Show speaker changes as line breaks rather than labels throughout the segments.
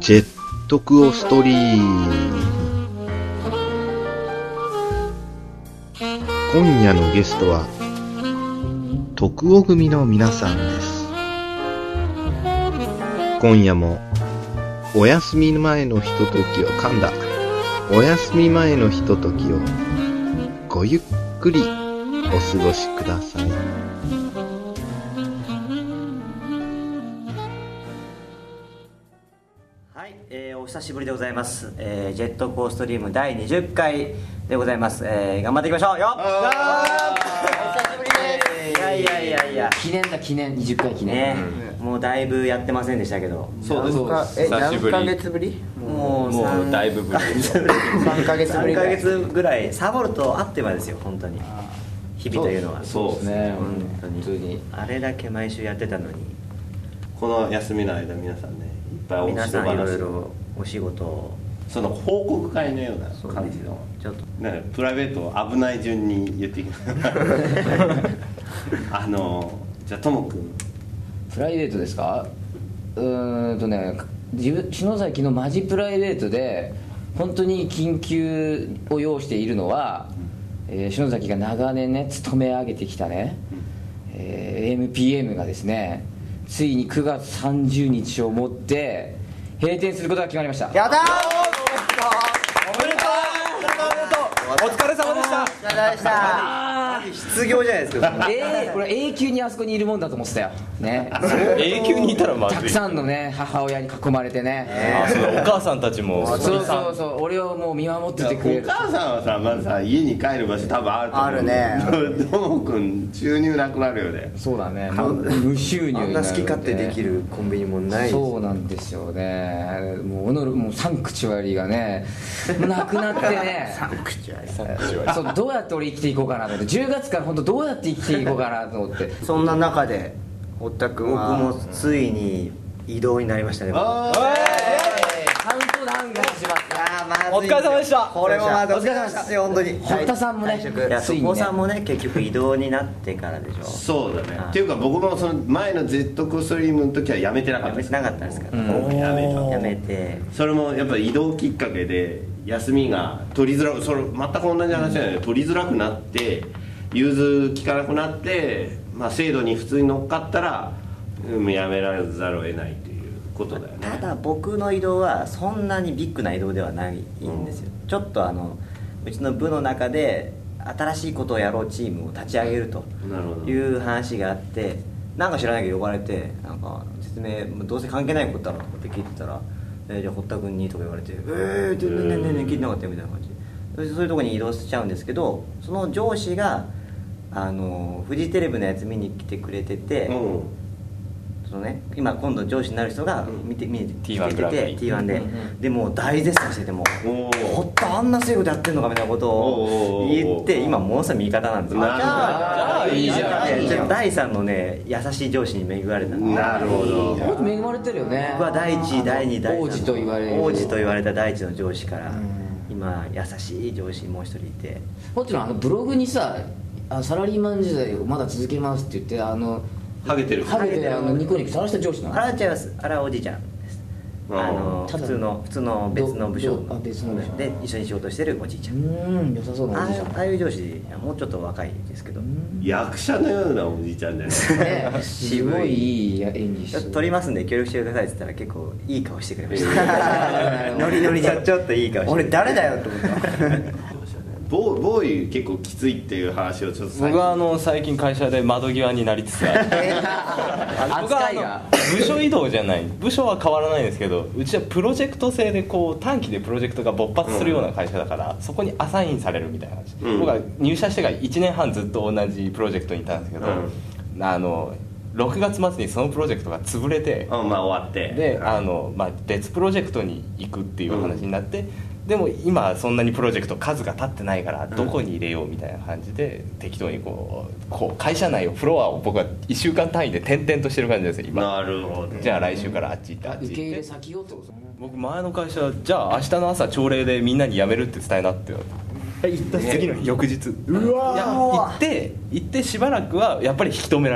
ジェットクオストリーム。今夜のゲストは徳尾組の皆さんです。今夜もお休み前のひとときをお休み前のひとときをごゆっくりお過ごしください。
はい、お久しぶりでございます、ジェットコーストリーム第20回でございます、頑張っていきましょうよ。お久しぶりです。いや
記念20回記念、
ね、もうだいぶやってませんでしたけど。
そうです。
何ヶ月ぶり？
もう
だいぶぶり
3ヶ月ぶり。3ヶ月ぐらいサボるとあってまですよ本当に。日々というのは
そうですね、
本当にあれだけ毎週やってたのに、
この休みの間皆さんね、いっぱいお仕事、
皆さんいろいろお仕事を、
その報告会のような感じの
ちょっと
なんかプライベートを危ない順に言っていきますじゃあともくん、
プライベートですか？篠崎のマジプライベートで本当に緊急を要しているのは、篠崎が長年ね勤め上げてきたね、AMPM がですね、ついに9月30日をもって閉店することが決まりました。
やだー、
おめでとうお疲れ様でした。
お疲れ様でした。失業じゃないですか。
これ永久にあそこにいるもんだと思ってたよね。
永久にいたらまずい。
たくさんのね母親に囲まれてね、
そうお母さんたちも
そう俺をもう見守っててくれる。
お母さんはさ、まずさ家に帰る場所多分あると思う。
あるね。
ともくん収入なくなるよね。
そうだね、無収入になるんで。
あんな好き勝手できるコンビニもない。
そうなんですよね。もうサンクチュアリがねなくなってね
サンクチュアリ
そうどうやって俺生きていこうかなと思って、10月から本当どうやって生きていこうかなと思って。
そんな中で堀田君は僕もついに異動になりましたね。
カウントダウンが始まった。
お疲れ様でした。
これもまず
お疲れ様でした。
本当に
堀田さんもね、
そこさんもね結局異動になってからでしょ。
そうだね。っていうか僕もその前のジェットコーストリームの時は辞めてなかったです。
辞めてなかったんですから。辞めて。
それもやっぱり移動きっかけで休みが取りづらく、それ全く同じ話じゃない、取りづらくなって融通きかなくなって、制度に普通に乗っかったら、辞めらざるを得ないということだよね。
ただ僕の移動はそんなにビッグな移動ではないんですよ。ちょっとうちの部の中で新しいことをやろうチームを立ち上げるという話があって、なんか知らないけど呼ばれて、なんか説明どうせ関係ないことだろうって聞いてたら、じゃあ堀田君にとか言われて、ね聞いてなかったよみたいな感じで、そういうところに移動しちゃうんですけど、その上司がフジテレビのやつ見に来てくれてて、そのね、今度上司になる人が見に来てて T1 で、でもう大絶賛してて、も堀田あんなセーフでやってんのかみたいなことを言って、今ものすごい味方なんですよ。じゃあいいじゃん。第3のね優しい上司に恵まれた。
なるほど。
本当恵まれてるよね。
僕は第1第2第3
王子と言われ
た第1の上司から、今優しい上司もう一人いて、
もちろんブログにさ、サラリーマン時代をまだ続けますって言って
ハゲてる
ニコニコさらした上司なの。
あらちゃいます。あらおじいちゃんです。普通の別の部署で一緒に仕事してるおじいちゃん。
良さそうなおじいちゃん。
ああいう上司もうちょっと若いですけど、
役者のようなおじいちゃんじゃないですか
ね。すごいいい演技してる。
撮りますんで協力してくださいって言ったら結構いい顔してくれましたノリノリでちょっといい顔して。俺誰だよと思った
ボーイ結構きついっていう話をちょっと
僕は最近会社で窓際になりつつある僕は部署移動じゃない、部署は変わらないんですけど、うちはプロジェクト制で短期でプロジェクトが勃発するような会社だから、そこにアサインされるみたいな感じ、僕は入社してから1年半ずっと同じプロジェクトにいたんですけど、6月末にそのプロジェクトが潰れて、
終わって
で別プロジェクトに行くっていう話になって、でも今そんなにプロジェクト数が立ってないからどこに入れようみたいな感じで、適当にこう会社内をフロアを僕は1週間単位で転々としてる感じですよ今。
なるほど。
じゃあ来週からあっち行ってあっち行って、
受け入れ先をってこと。
僕前の会社じゃあ明日の朝朝礼でみんなに辞めるって伝えなって言った次の翌日、いや行ってしばらくはやっぱり引き止められる。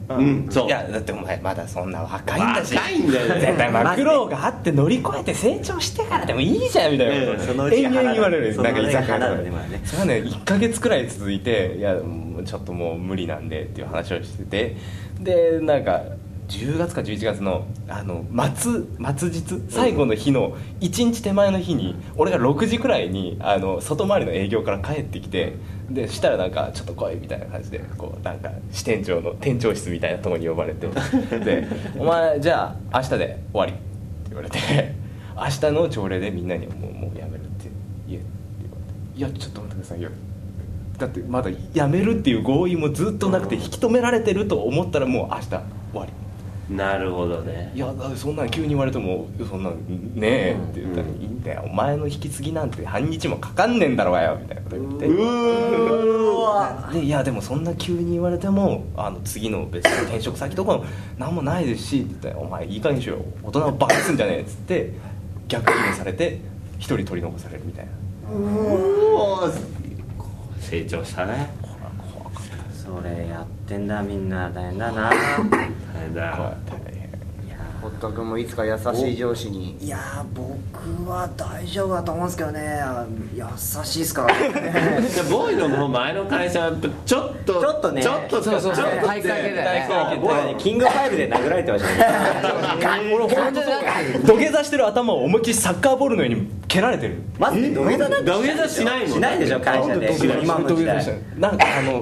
そう
いやだってお前まだそんな若いんだし
若いんだよね
絶対苦労があって乗り越えて成長してからでもいいじゃんみたいなこと
そのうち
延々言われる。なんか居酒屋とか
花だ
で
ねまあね
それはね1ヶ月くらい続いて、いやもうちょっともう無理なんでっていう話をしてて、でなんか10月か11月の末日最後の日の1日手前の日に俺が6時くらいに外回りの営業から帰ってきて、でしたらなんかちょっと来いみたいな感じでこうなんか支店長の店長室みたいなところに呼ばれてでお前じゃあ明日で終わりって言われて明日の朝礼でみんなにもうやめるって言えって言われて、いやちょっと待ってくださいよ、だってまだやめるっていう合意もずっとなくて引き止められてると思ったらもう明日終わり。
なるほどね。
いやそんなん急に言われてもそんなんねえって言ったら、いいんだよお前の引き継ぎなんて半日もかかんねえんだろうがよみたいなこと言ってでいやでもそんな急に言われても次の別に転職先とかも何もないですしって言ったら、お前いい加減にしろよ大人をバカすんじゃねえっつって逆ギレされて一人取り残されるみたいな。
成長したね。
それやってんだみんな大変だな
大変だ。
堀田君もいつか優しい上司に。
いや僕は大丈夫だと思うんですけどね、優しいっすからね
ボーイのもう前の会社はちょっと
ね
そう体育会系だよね。
僕はねキングファイブで殴られてましたね
俺本当に土下座してる頭を思いっきりサッカーボールのように蹴られてる。
まず土下座なんて
土下座しないもん
しないでしょ会社で今の時代
なんか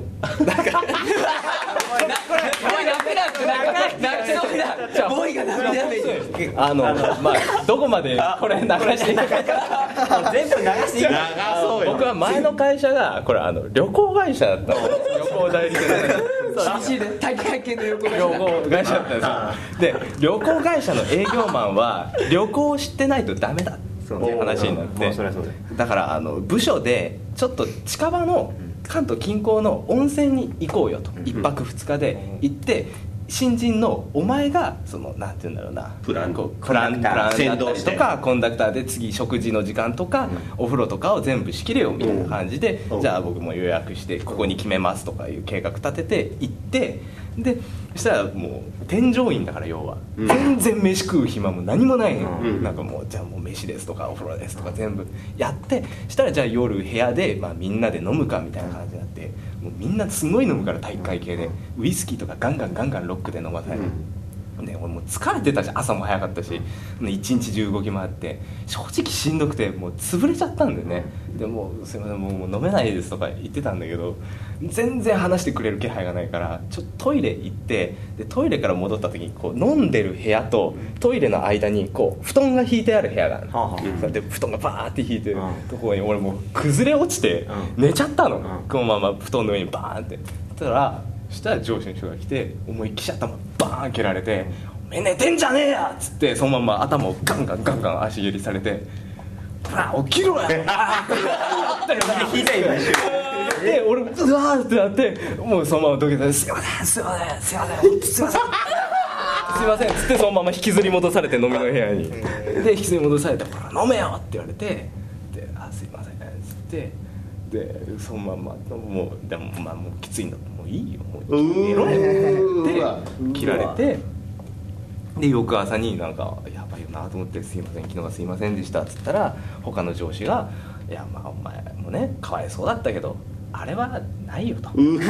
ボーイが涙目に
まあどこまでこれ流していいか
全部流していい
僕は前の会社がこれ旅行会社だったの。旅行代理店
厳しいね。体育会系の横
旅行会社だったんですよ。で旅行会社の営業マンは旅行を知ってないとダメだっていう話になってだから部署でちょっと近場の関東近郊の温泉に行こうよと1泊2日で行って新人のお前がそのなんて言うんだろうな
プラン
だったりとかコンダクターで次食事の時間とかお風呂とかを全部仕切れよみたいな感じでじゃあ僕も予約してここに決めますとかいう計画立てて行ってでそしたらもう添乗員だから要は全然飯食う暇も何もないの、なんかもうじゃあもう飯ですとかお風呂ですとか全部やってしたらじゃあ夜部屋でみんなで飲むかみたいな感じになってもうみんなすごい飲むから体育会系でウイスキーとかガンガンロックで飲まされる、で俺もう疲れてたし朝も早かったし一日中動き回って正直しんどくてもう潰れちゃったんだよね。でもうすいませんもう飲めないですとか言ってたんだけど全然話してくれる気配がないからちょっとトイレ行ってでトイレから戻った時にこう飲んでる部屋とトイレの間にこう布団が引いてある部屋がある、で布団がバーって引いてるところに俺もう崩れ落ちて寝ちゃったの、このまま布団の上にバーンってそしたら上司の人が来て思いっきし頭バーン蹴られて「おめえ寝てんじゃねえや!」っつってそのまま頭をガンガン足蹴りされて「ほら起きろや!」
引いた今
で俺うわーってなってもうそのまま土下座で「すいませんすいませんすいませんすいません」すいませんっつってそのまま引きずり戻されて飲みの部屋にで引きずり戻されて「ほら飲めよ!」って言われてで「あすいません」っつってでそのままもうでももうきついんだもういいよもう寝ろよって切られてで翌朝になんかやばいよなと思って「すいません昨日はすいませんでした」っつったら他の上司が「いやお前もねかわいそうだったけどあれはないよ」と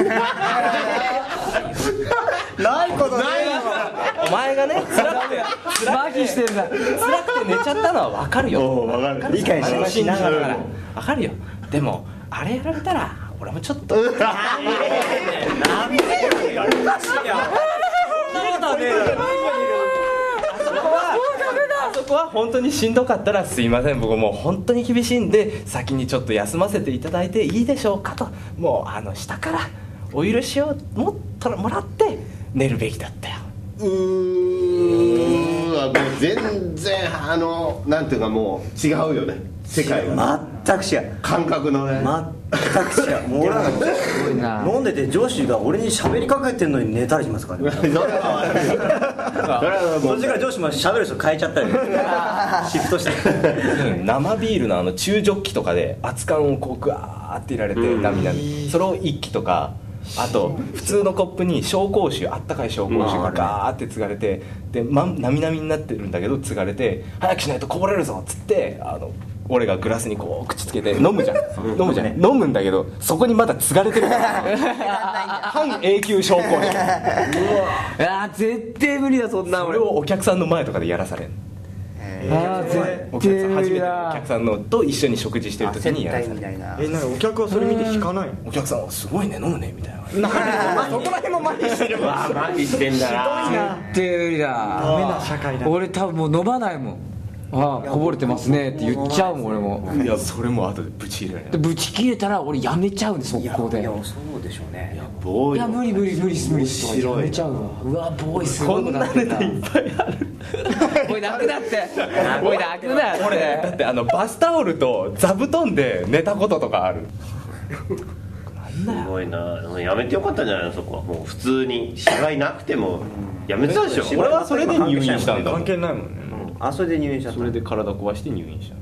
ないことね
お前がね辛くて
麻痺してるんだ。
辛くて寝ちゃったのは分かるよ
理解しながら
分かるよでもあれやられたら俺もちょっと
なんでやるらしいや
あそこは本当にしんどかったらすいません僕もう本当に厳しいんで先にちょっと休ませていただいていいでしょうかともう下からお許しをもらって寝るべきだったよ。
もう全然なんていうかもう違うよね世界が
全く違う
感覚のね
全く違うもう俺らが飲んでて上司が俺に喋りかけてんのに寝たりしますからね
それは
そっちから上司も喋る人変えちゃったりシフトして
生ビールの中ジョッキとかで熱燗をこうグワーって入れられてなみなみそれを1気とかあと普通のコップに紹興酒、あったかい紹興酒がガーって継がれて、でなみなみになってるんだけど継がれて、早くしないとこぼれるぞっつって、俺がグラスにこう口つけて飲むじゃん飲むんだけど、そこにまだ継がれてる半永久紹興酒。
うわ絶対無理だそんな。
それをお客さんの前とかでやらされる。
絶対無理だ。
お客さんのと一緒に食事してる時にやらされる。
なんかお客はそれ見て引かないの？
お客さんはすごいね、飲むねみたいな。
そこら辺も麻痺してるわ。
麻痺してんだな。
絶対無理だ。
ダメな社会だ。
俺多分もう飲まないもん。こぼれてますねって言っちゃうもん俺も。
いやそれも後でブチ入れられる。
でブチ切れたら俺やめちゃうんで速攻で。
いやそうでしょうね。
いや無理とかやめちゃうわ。うわボーイすごいことなってた。いっぱいある。おい楽だって。おい楽だよ。
俺だってバスタオルと座布団で寝たこととかある。
すごいな。やめてよかったんじゃないの、そこは。もう普通に芝居なくてもやめてたでしょ。
俺はそれで入院したんだもん。
関係ないもんね。
それで入院しちゃった。
それで体壊して入院した。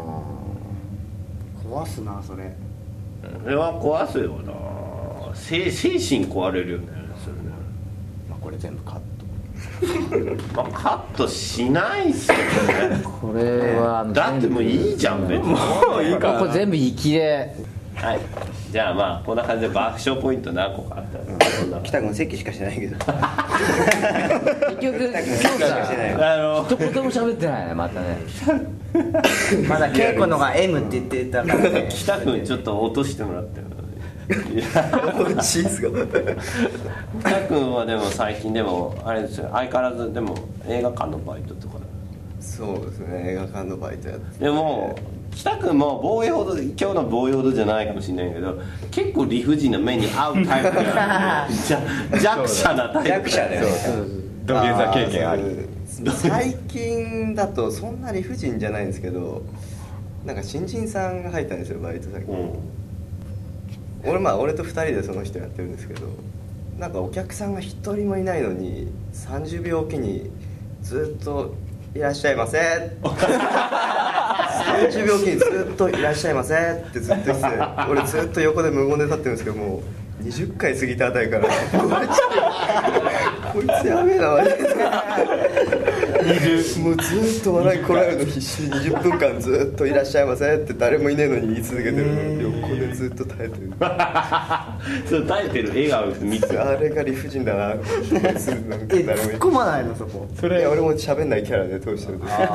壊すなそれ。
それは壊すよな。精神壊れるよね、それね。
まあこれ全部カット。
まあカットしないっすよね。
これは
だってもういいじゃん別に。も
ういいか。
これ全部生きで。
はい。じゃあまあこんな感じで爆笑ポイント何個かあったら。
北君席しかしてないけど。
結局今日さ一言も喋ってないねまたね。
まだ稽古のが M って言ってたからね。
北君ちょっと落としてもらってよ。
チーズが。
北君はでも最近でもあれですよ、相変わらずでも映画館のバイトとか。
そうですね、映画館のバイトやって
でも北君も防衛ほど、今日の防衛ほどじゃないかもしれないけど、結構理不尽な目に遭うタイプだ。弱者なタイプ。
弱者だよね。
土下座経験あり。
最近だとそんな理不尽じゃないんですけど、なんか新人さんが入ったんですよバイト先に。俺と2人でその人やってるんですけど、なんかお客さんが1人もいないのに30秒おきにずっといらっしゃいませ30秒おきにずっといらっしゃいませってずっと言ってて、俺ずっと横で無言で立ってるんですけど、もう20回過ぎたあたりからこいつやべえなマジでもうずっと笑いこらえるの必死に20分間ずっといらっしゃいませって誰もいねえのに言い続けてるの横でずっと耐えてる
それ耐えてる笑顔見て
あれが理不尽だななんか誰も
突っ込まないのそこ。
いや俺も喋んないキャラで通してるんですけど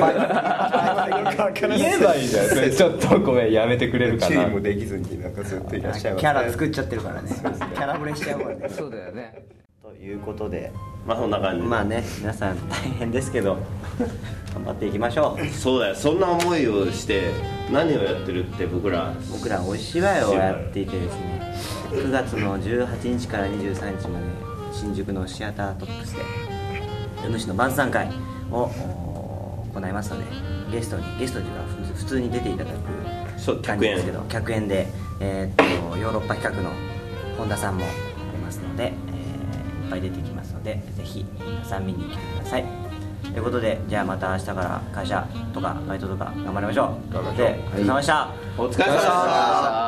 言えばいいじゃん。それちょっとごめんやめてくれるかな。
注意もできずになんかずっといらっしゃいませ
キャラ作っちゃってるからね。キャラブレしちゃうからね。
そうだよね。
ということで、
まあそんな感じで、
まあね、皆さん大変ですけど頑張っていきましょう。
そうだよ、そんな思いをして何をやってるって。僕ら
お芝居をやっていてですね、9月の18日から23日まで新宿のシアタートップスで主の晩餐会を行いますので、ゲストというか普通に出ていただく感じですけど、客演で、ヨーロッパ企画の本田さんも出ますので、いっぱい出てきますので、ぜひ皆さん見に来てください。ということで、じゃあまた明日から会社とかバイトとか頑張りましょう。ということで、お疲れ様でした。
お疲れ様でした。